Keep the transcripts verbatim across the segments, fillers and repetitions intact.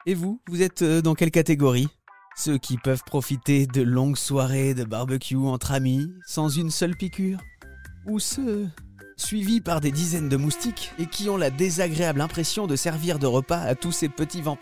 Et vous, vous êtes dans quelle catégorie ? Ceux qui peuvent profiter de longues soirées de barbecue entre amis, sans une seule piqûre ? Ou ceux suivis par des dizaines de moustiques et qui ont la désagréable impression de servir de repas à tous ces petits vampires ?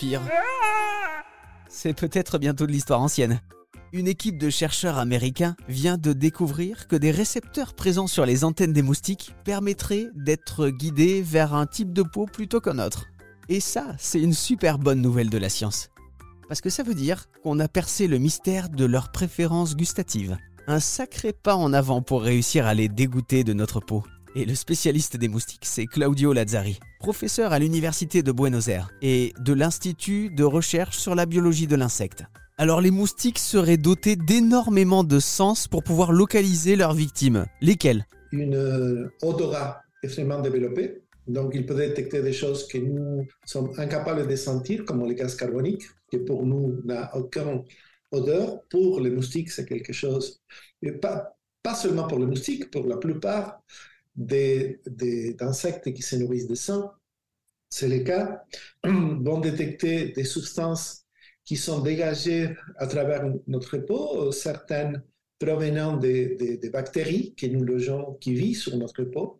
C'est peut-être bientôt de l'histoire ancienne. Une équipe de chercheurs américains vient de découvrir que des récepteurs présents sur les antennes des moustiques permettraient d'être guidés vers un type de peau plutôt qu'un autre. Et ça, c'est une super bonne nouvelle de la science. Parce que ça veut dire qu'on a percé le mystère de leurs préférences gustatives. Un sacré pas en avant pour réussir à les dégoûter de notre peau. Et le spécialiste des moustiques, c'est Claudio Lazzari, professeur à l'Université de Buenos Aires et de l'Institut de recherche sur la biologie de l'insecte. Alors les moustiques seraient dotés d'énormément de sens pour pouvoir localiser leurs victimes. Lesquels ? Une euh, odorat extrêmement développée. Donc, il peut détecter des choses que nous sommes incapables de sentir, comme le gaz carbonique, qui pour nous n'a aucune odeur. Pour les moustiques, c'est quelque chose, et pas, pas seulement pour les moustiques, pour la plupart des, des insectes qui se nourrissent de sang, c'est le cas, vont détecter des substances qui sont dégagées à travers notre peau, certaines provenant des, des, des bactéries que nous logeons, qui vivent sur notre peau,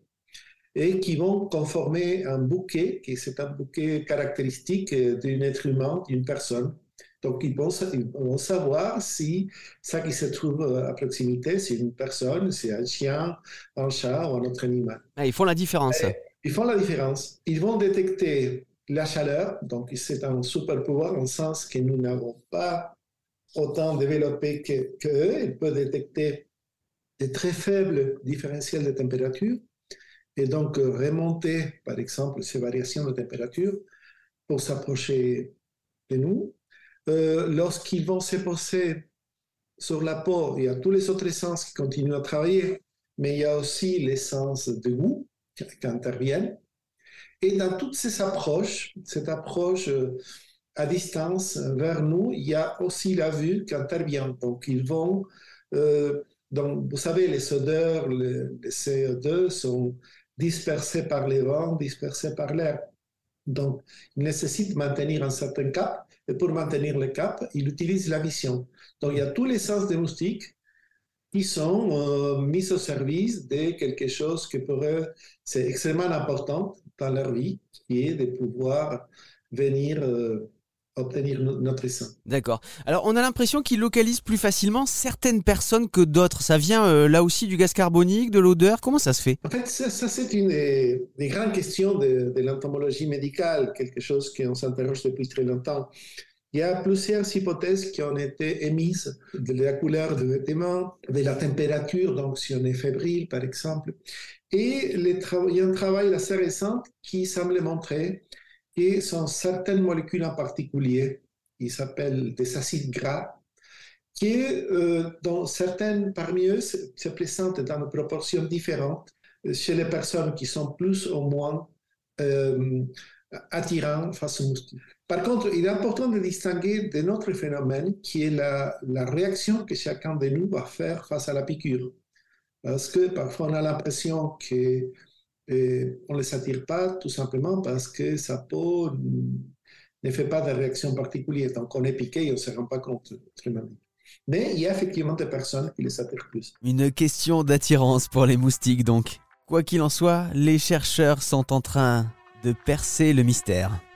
et qui vont conformer un bouquet, qui c'est un bouquet caractéristique d'un être humain, d'une personne. Donc, ils vont, ils vont savoir si ça qui se trouve à proximité, c'est une personne, c'est un chien, un chat ou un autre animal. Ah, ils font la différence. Et ils font la différence. Ils vont détecter la chaleur, donc c'est un super pouvoir, en sens que nous n'avons pas autant développé que, que eux. Ils peuvent détecter des très faibles différentiels de température, et donc remonter, par exemple, ces variations de température pour s'approcher de nous. Euh, lorsqu'ils vont se poser sur la peau, il y a tous les autres sens qui continuent à travailler, mais il y a aussi les sens de goût qui, qui interviennent. Et dans toutes ces approches, cette approche à distance vers nous, il y a aussi la vue qui intervient. Donc, ils vont... Euh, donc, vous savez, les odeurs, les, les C O deux sont dispersés par les vents, dispersés par l'air. Donc, il nécessite de maintenir un certain cap, et pour maintenir le cap, il utilise la vision. Donc, il y a tous les sens des moustiques qui sont euh, mis au service de quelque chose qui pour eux, c'est extrêmement important dans leur vie, qui est de pouvoir venir euh, obtenir notre sang. D'accord. Alors, on a l'impression qu'ils localisent plus facilement certaines personnes que d'autres. Ça vient euh, là aussi du gaz carbonique, de l'odeur. Comment ça se fait ? En fait, ça, ça c'est une des, des grandes questions de, de l'entomologie médicale, quelque chose qu'on s'interroge depuis très longtemps. Il y a plusieurs hypothèses qui ont été émises de la couleur du vêtement, de la température, donc si on est fébrile, par exemple. Et les tra- il y a un travail assez récent qui semble montrer que sont certaines molécules en particulier, qui s'appellent des acides gras, qui, euh, dans certaines parmi eux, se, se présentent dans des proportions différentes chez les personnes qui sont plus ou moins euh, attirants face aux moustiques. Par contre, il est important de distinguer d'un autre phénomène qui est la, la réaction que chacun de nous va faire face à la piqûre. Parce que parfois on a l'impression que et on ne les attire pas tout simplement parce que sa peau ne fait pas de réaction particulière. Donc on est piqué et on ne se rend pas compte. Mais il y a effectivement des personnes qui les attirent plus. Une question d'attirance pour les moustiques donc. Quoi qu'il en soit, les chercheurs sont en train de percer le mystère.